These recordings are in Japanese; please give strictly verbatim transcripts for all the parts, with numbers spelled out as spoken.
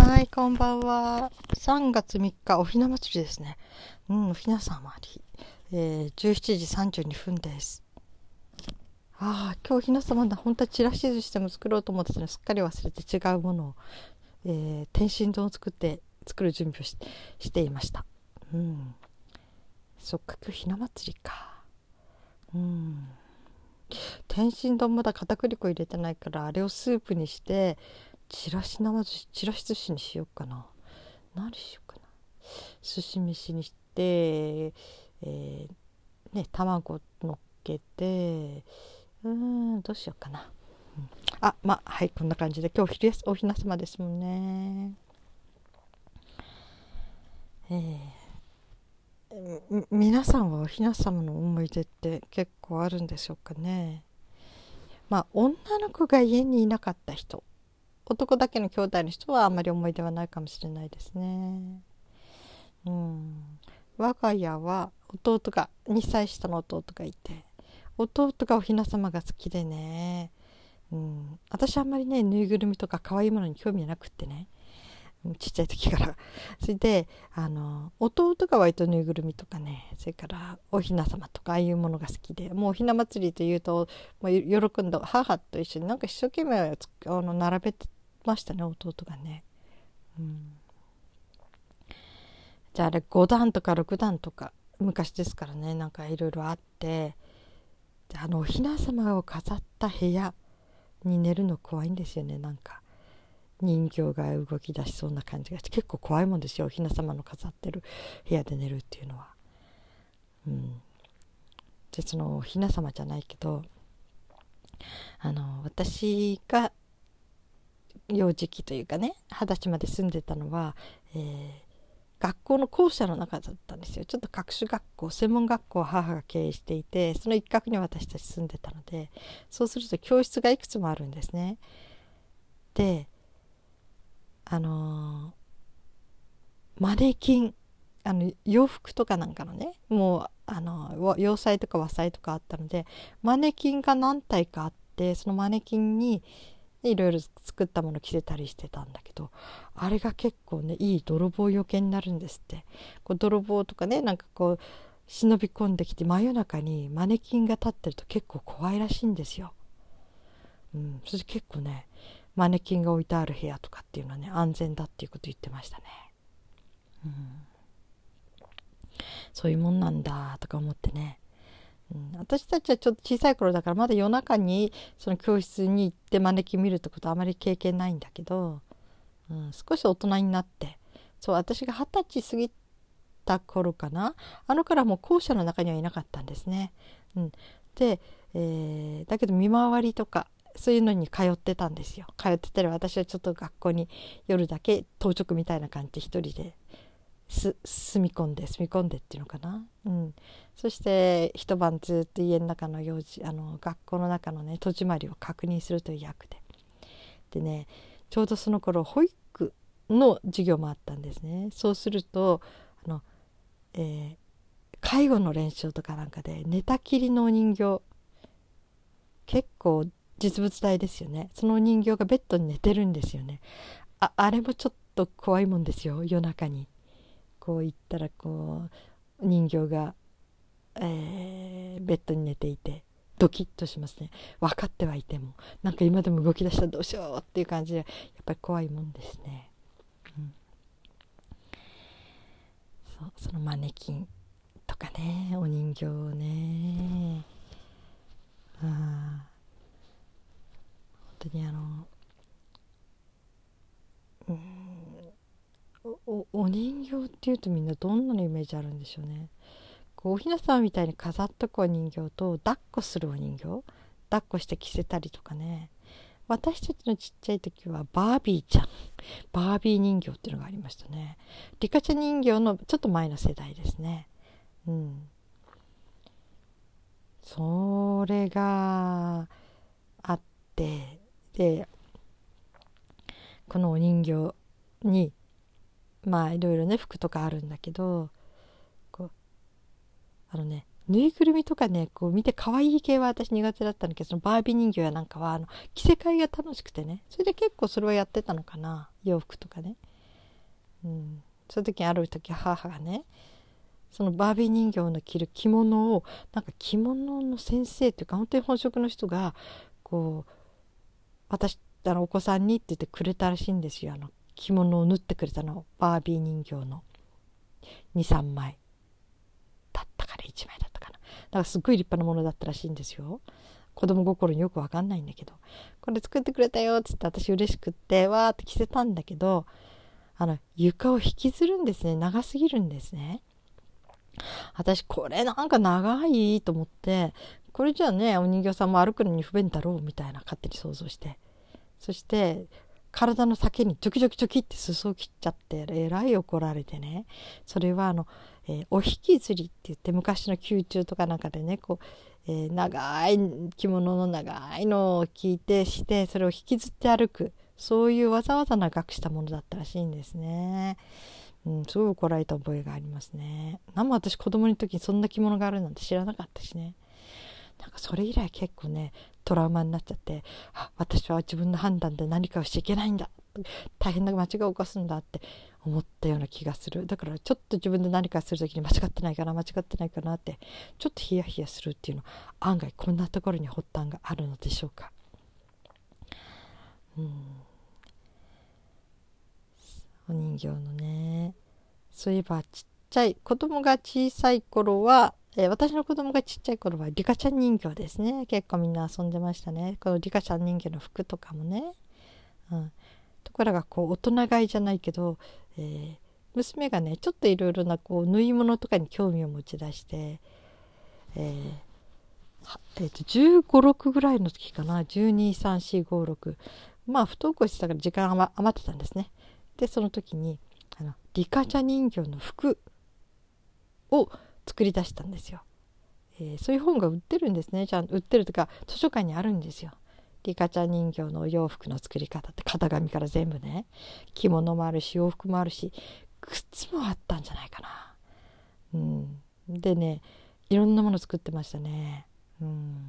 はい、こんばんは。さんがつみっか、おひな祭りですね。うん、おひなさまり。えー、じゅうしちじさんじゅうにふんです。ああ、今日おひなさまだ。本当はちらし寿司でも作ろうと思ってたのにすっかり忘れて違うものを、えー、天津丼を作って、作る準備を し, していました。うん。そっか、今日ひな祭りか。うん。天津丼まだ片栗粉入れてないから、あれをスープにして、ちらし生寿司、ちらし寿司にしようかな。何しようかな。寿司飯にして、えーね、卵乗っけて、うーんどうしようかな、うん、あまあはいこんな感じで今日昼おひなさまですもんね。えー、皆さんはおひなさまの思い出って結構あるんでしょうかね。まあ女の子が家にいなかった人、男だけの兄弟の人はあんまり思い出はないかもしれないですね。うん、我が家は弟がにさい下の弟がいて、弟がおひなさまが好きでね、うん、私あんまりねぬいぐるみとか可愛いものに興味なくってね、ちっちゃい時からそれであの弟が割とぬいぐるみとかね、それからおひなさまとかああいうものが好きで、もうおひな祭りというともう喜んだ母と一緒になんか一生懸命あの並べてましたね、弟がね。うんじゃああれごだんとかろくだんとか昔ですからね、なんかいろいろあって、あのおひなさまを飾った部屋に寝るの怖いんですよね。なんか人形が動き出しそうな感じがして結構怖いもんですよ、おひなさまの飾ってる部屋で寝るっていうのは。うんでそのおひなさまじゃないけど、あの私が幼児期というかね二十歳まで住んでたのは、えー学校の校舎の中だったんですよ。ちょっと特殊学校、専門学校を母が経営していて、その一角に私たち住んでたので、そうすると教室がいくつもあるんですね。であのーマネキン、あの洋服とかなんかのね、もうあの洋裁とか和裁とかあったので、マネキンが何体かあって、そのマネキンにいろいろ作ったもの着せたりしてたんだけど、あれが結構ねいい泥棒よけになるんですって。こう泥棒とかね、なんかこう忍び込んできて真夜中にマネキンが立ってると結構怖いらしいんですよ。うん、それで結構ねマネキンが置いてある部屋とかっていうのはね安全だっていうこと言ってましたね。うん、そういうもんなんだとか思ってね、うん、私たちはちょっと小さい頃だからまだ夜中にその教室に行ってマネキン見るってことはあまり経験ないんだけど、うん、少し大人になって、そう私が二十歳過ぎた頃かな、あのからもう校舎の中にはいなかったんですね。うん、で、えー、だけど見回りとかそういうのに通ってたんですよ。通ってたら私はちょっと学校に夜だけ当直みたいな感じで一人です住み込んで住み込んでっていうのかな、うん、そして一晩ずっと家の中の用事、あの学校の中のね戸締まりを確認するという役で、でねちょうどその頃保育の授業もあったんですね。そうするとあの、えー、介護の練習とかなんかで寝たきりのお人形、結構実物大ですよね。そのお人形がベッドに寝てるんですよね。 あ, あれもちょっと怖いもんですよ。夜中にこう行ったらこう人形が、えー、ベッドに寝ていてドキッとしますね。分かってはいてもなんか今でも動き出したらどうしようっていう感じでやっぱり怖いもんですね。うん、そうそのマネキンとかねお人形ね、あ本当にあの、うん、お, お人形っていうとみんなどんなのイメージあるんでしょうね。こうおひなさんみたいに飾っとくお人形と抱っこするお人形、抱っこして着せたりとかね。私たちのちっちゃい時はバービーちゃん、バービー人形っていうのがありましたね。リカちゃん人形のちょっと前の世代ですね。うん、それがあって、でこのお人形にまあいろいろね服とかあるんだけど、こうあのねぬいぐるみとかねこう見て可愛い系は私苦手だったんだけど、そのバービー人形やなんかはあの着せ替えが楽しくてね、それで結構それをやってたのかな、洋服とかね。 うん、その時ある時母がね、そのバービー人形の着る着物をなんか着物の先生っていうか本当に本職の人がこう私あのお子さんにって言ってくれたらしいんですよ。あの着物を縫ってくれたの、バービー人形のにさんまいだったかないちまいだったかな。だからすっごい立派なものだったらしいんですよ。子供心によくわかんないんだけど、これ作ってくれたよって言って私嬉しくってわーって着せたんだけど、あの床を引きずるんですね。長すぎるんですね。私これなんか長いと思って、これじゃあねお人形さんも歩くのに不便だろうみたいな勝手に想像して、そして体の先にチョキチョキチョキって裾を切っちゃってえらい怒られてね。それはあの、えー、お引きずりって言って昔の宮中とかなんかでねこう、えー、長い着物の長いのを聞いてしてそれを引きずって歩く、そういうわざわざ長くしたものだったらしいんですね。うん、すごい怒られた覚えがありますね。なんも私子供の時にそんな着物があるなんて知らなかったしね。なんかそれ以来結構ねトラウマになっちゃって、あ、私は自分の判断で何かをしちゃいけないんだ、大変な間違いを犯すんだって思ったような気がする。だからちょっと自分で何かする時に間違ってないかな間違ってないかなってちょっとヒヤヒヤするっていうのは案外こんなところに発端があるのでしょうか。うん、お人形のね、そういえばちっちゃい子供が小さい頃は、えー、私の子供がちっちゃい頃はリカちゃん人形ですね。結構みんな遊んでましたね。このリカちゃん人形の服とかもね、うん、ところがこう大人買いじゃないけど、えー、娘がねちょっといろいろなこう縫い物とかに興味を持ち出して、えーえー、とじゅうご、ろくぐらいの時かな、じゅうに、さん、よん、ご、ろく、まあ不登校してたから時間余ってたんですね。でその時にあのリカちゃん人形の服を作り出したんですよ。えー、そういう本が売ってるんですね。ちゃんと売ってるとか図書館にあるんですよ。リカちゃん人形のお洋服の作り方って型紙から全部ね、着物もあるし洋服もあるし靴もあったんじゃないかな。うん、でねいろんなもの作ってましたね。うん、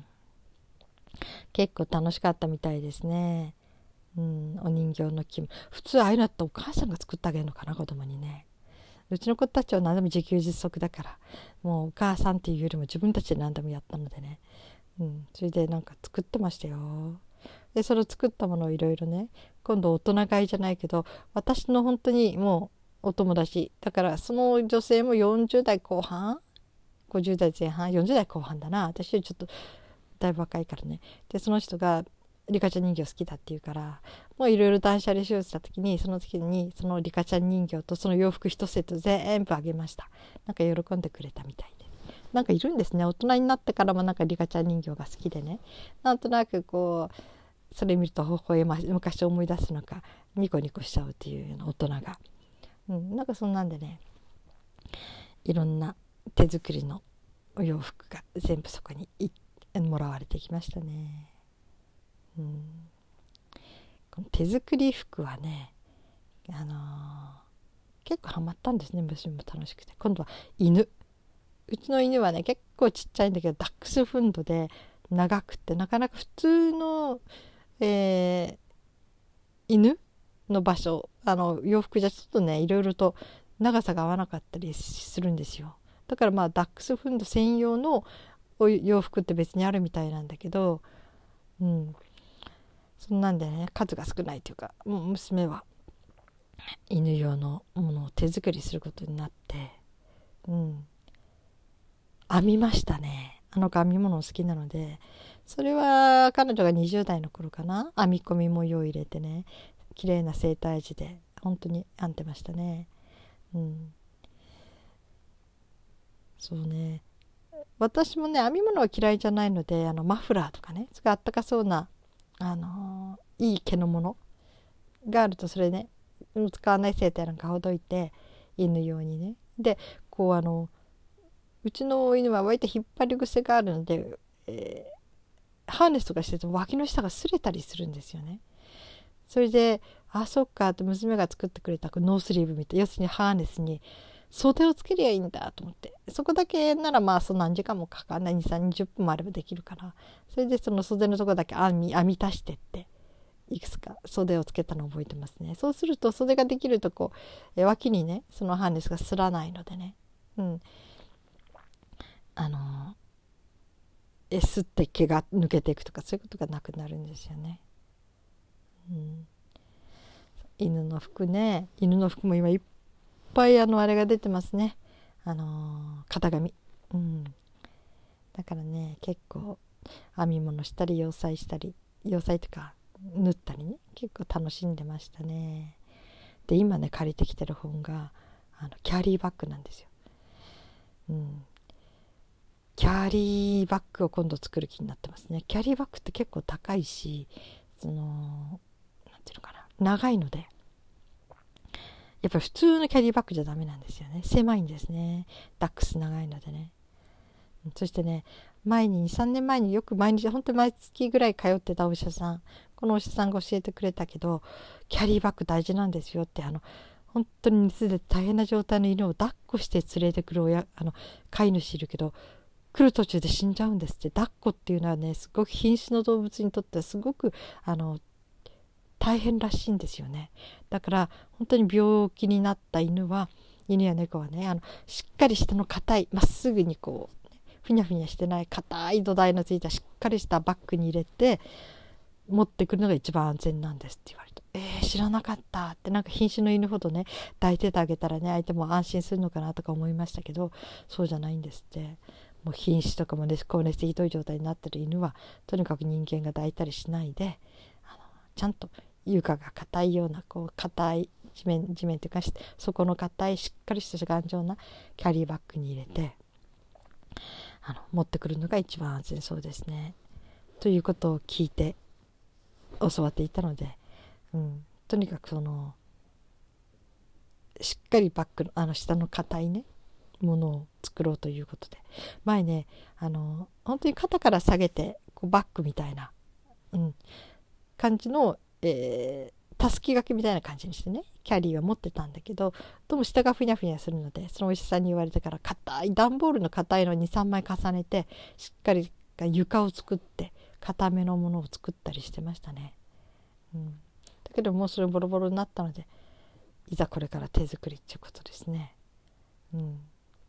結構楽しかったみたいですね。うん、お人形の着物普通ああいうのってお母さんが作ってあげるのかな子供にね。うちの子たちは何でも自給自足だからもうお母さんっていうよりも自分たちで何でもやったのでね、うん、それでなんか作ってましたよ。でその作ったものをいろいろね今度大人買いじゃないけど私の本当にもうお友達だからその女性もよんじゅう代後半ごじゅう代前半よんじゅう代後半だな、私よりちょっとだいぶ若いからね。でその人がリカちゃん人形好きだって言うからもういろいろ断捨離しようとした時にその時にそのリカちゃん人形とその洋服一セット全部あげました。なんか喜んでくれたみたいで、なんかいるんですね。大人になってからもなんかリカちゃん人形が好きでね、なんとなくこうそれ見ると微笑まし昔思い出すのかニコニコしちゃうっていうような大人が、うん、なんかそんなんでねいろんな手作りのお洋服が全部そこにもらわれてきましたね。うん、この手作り服はね、あのー、結構ハマったんですね。娘も楽しくて。今度は犬、うちの犬はね結構ちっちゃいんだけどダックスフンドで長くてなかなか普通の、えー、犬の場所あの洋服じゃちょっとねいろいろと長さが合わなかったりするんですよ。だからまあダックスフンド専用のお洋服って別にあるみたいなんだけど、うん、そんなんでね数が少ないというかもう娘は犬用のものを手作りすることになって、うん、編みましたね。あの子編み物好きなので、それは彼女がにじゅう代の頃かな、編み込み模様を入れてね綺麗な整体地で本当に編んでましたね。うん、そうね、私もね編み物は嫌いじゃないのであのマフラーとかね、それがあったかそうな、あのー、いい毛のものがあるとそれね使わないセーターなんかほどいて犬用にね、でこうあのうちの犬は割と引っ張り癖があるので、えー、ハーネスとかしてると脇の下が擦れたりするんですよね。それであそっかって娘が作ってくれたノースリーブみたいな、要するにハーネスに袖をつけりゃいいんだと思って、そこだけならまあそ何時間もかかんない、に、さんじゅっぷんもあればできるから、それでその袖のとこだけ編み編み足してっていくつか袖をつけたのを覚えてますね。そうすると袖ができるとこう脇にねそのハーネスがすらないのでね、うん、あのえすって毛が抜けていくとかそういうことがなくなるんですよね。うん、犬の服ね、犬の服も今いっぱいあのあれが出てますね。あの型紙、うん、だからね結構編み物したり洋裁したり洋裁とか縫ったりね結構楽しんでましたね。で今ね借りてきてる本があのキャリーバッグなんですよ。うん、キャリーバッグを今度作る気になってますね。キャリーバッグって結構高いし、そのなんていうのかな、長いのでやっぱり普通のキャリーバッグじゃダメなんですよね。狭いんですね。ダックス長いのでね。そしてね前ににさんねんまえによく毎日本当に毎月ぐらい通ってたお医者さん、このお医者さんが教えてくれたけど、キャリーバッグ大事なんですよって、あの本当に熱で大変な状態の犬を抱っこして連れてくる親あの飼い主いるけど来る途中で死んじゃうんですって。抱っこっていうのはねすごく瀕死の動物にとってはすごくあの大変らしいんですよね。だから本当に病気になった犬は犬や猫はねあのしっかりしたの硬いまっすぐにこうふにゃふにゃしてない硬い土台のついたしっかりしたバッグに入れて持ってくるのが一番安全なんですって言われて、えー、知らなかったって、なんか瀕死の犬ほどね抱いててあげたらね相手も安心するのかなとか思いましたけど、そうじゃないんですって。もう瀕死とかもね高熱でひどい状態になってる犬はとにかく人間が抱いたりしないで、あのちゃんと床が硬いようなこう硬い地面地面というか底の硬いしっかりした頑丈なキャリーバッグに入れてあの持ってくるのが一番安全そうですねということを聞いて教わっていたので、うん、とにかくそのしっかりバッグのあの下の硬いねものを作ろうということで、前ねあの本当に肩から下げてこうバッグみたいな、うん、感じの、えー、たすき掛けみたいな感じにしてねキャリーは持ってたんだけど、どうも下がふにゃふにゃするのでそのお医者さんに言われてから硬い段ボールの硬いのにさんまい重ねてしっかり床を作って硬めのものを作ったりしてましたね。うん、だけどもうそれボロボロになったのでいざこれから手作りっていうことですね。うん、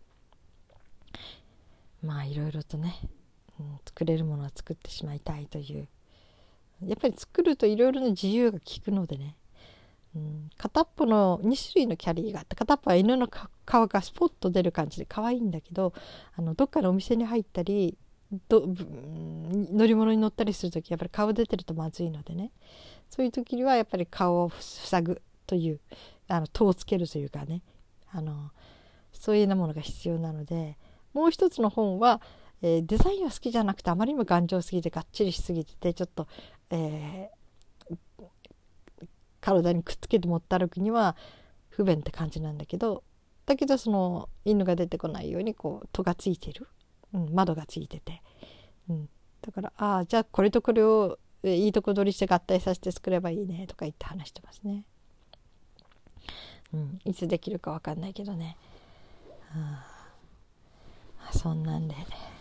まあいろいろとね、うん、作れるものは作ってしまいたいという、やっぱり作るといろいろな自由が利くのでね、うん、片っぽのに種類のキャリーがあって、片っぽは犬の皮がスポッと出る感じで可愛いんだけど、あのどっかのお店に入ったりど乗り物に乗ったりするときやっぱり顔出てるとまずいのでね、そういう時にはやっぱり顔を塞ぐというあの戸をつけるというかね、あのそういうようなものが必要なので、もう一つの本は、えー、デザインは好きじゃなくてあまりにも頑丈すぎてがっちりしすぎててちょっと、えー、体にくっつけて持って歩くには不便って感じなんだけど、だけどその犬が出てこないようにこう戸がついている、うん、窓がついてて、うん、だからああじゃあこれとこれをいいとこ取りして合体させて作ればいいねとか言って話してますね。うん、いつできるか分かんないけどね、はあ、そんなんで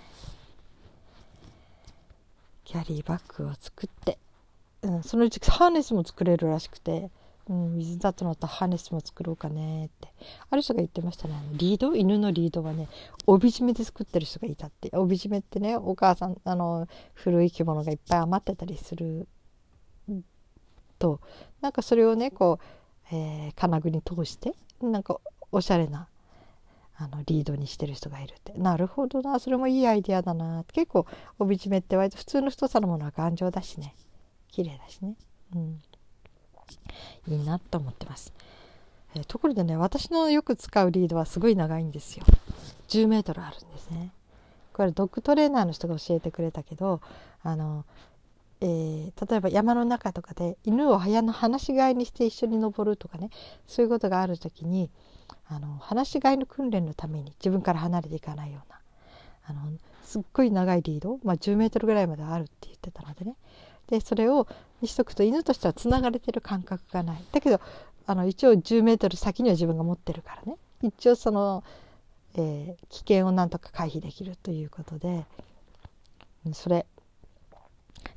キャリーバッグを作って、うん、そのうちハーネスも作れるらしくて、うん、水だとなったらハーネスも作ろうかねってある人が言ってましたね。あのリード犬のリードはね帯締めで作ってる人がいたって。帯締めってねお母さんあの古い着物がいっぱい余ってたりするとなんかそれをねこう、えー、金具に通してなんかおしゃれなあのリードにしてる人がいるって。なるほどな、それもいいアイデアだな。結構帯締めって割と普通の太さのものは頑丈だしね綺麗だしね、うん、いいなと思ってます。えー、ところでね私のよく使うリードはすごい長いんですよ。じゅうメートルあるんですね。これドッグトレーナーの人が教えてくれたけど、あの、えー、例えば山の中とかで犬を早の放し飼いにして一緒に登るとかね、そういうことがあるときにあの放し飼いの訓練のために自分から離れていかないようなあのすっごい長いリード、まあ、じゅうメートルぐらいまであるって言ってたのでね、でそれをにしとくと犬としてはつながれてる感覚がない。だけどあの一応じゅうメートル先には自分が持ってるからね、一応その、えー、危険をなんとか回避できるということで、それ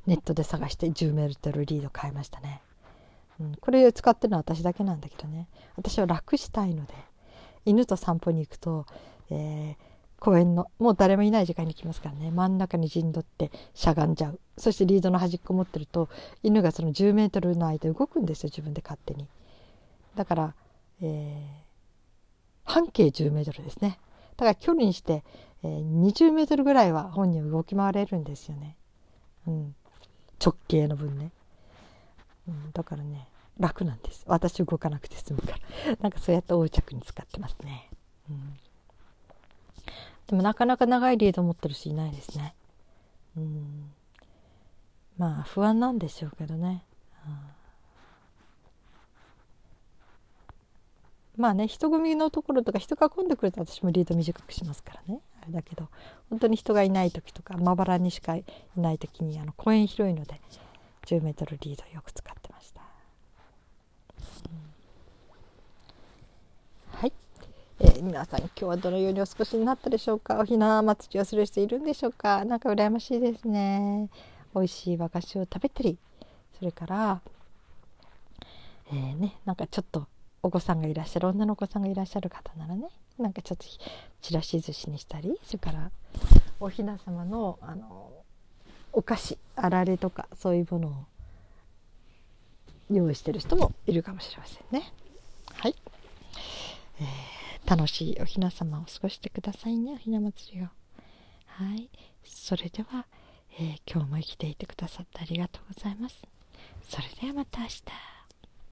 ネットで探してじゅうメートルリード買いましたね、うん、これ使ってるのは私だけなんだけどね。私は楽したいので、犬と散歩に行くと、えー公園のもう誰もいない時間に来ますからね、真ん中に陣取ってしゃがんじゃう。そしてリードの端っこ持ってると犬がそのじゅうメートルの間動くんですよ、自分で勝手に。だから、えー、半径じゅうメートルですね。だから距離にして、えー、にじゅうメートルぐらいは本人は動き回れるんですよね、うん、直径の分ね、うん、だからね楽なんです。私動かなくて済むからなんかそうやって横着に使ってますね、うん、でもなかなか長いリード持ってる人いないですね。うん、まあ不安なんでしょうけどね、うん、まあね、人混みのところとか人が混んでくると私もリード短くしますからね、あれだけど、本当に人がいない時とかまばらにしかいない時に、あの公園広いのでじゅうメートルリードよく使ってました、うん、はい、えー、皆さん今日はどのようにお過ごしになったでしょうか。おひな祭りをする人いるんでしょうか。なんか羨ましいですね。美味しい和菓子を食べたり、それから、えー、ね、なんかちょっとお子さんがいらっしゃる女のお子さんがいらっしゃる方ならね、なんかちょっとちらし寿司にしたり、それからおひな様のあのお菓子あられとかそういうものを用意してる人もいるかもしれませんね。はい、えー、楽しいおひな様を過ごしてくださいね、おひな祭りを。はい、それでは、えー、今日も生きていてくださってありがとうございます。それではまた明日。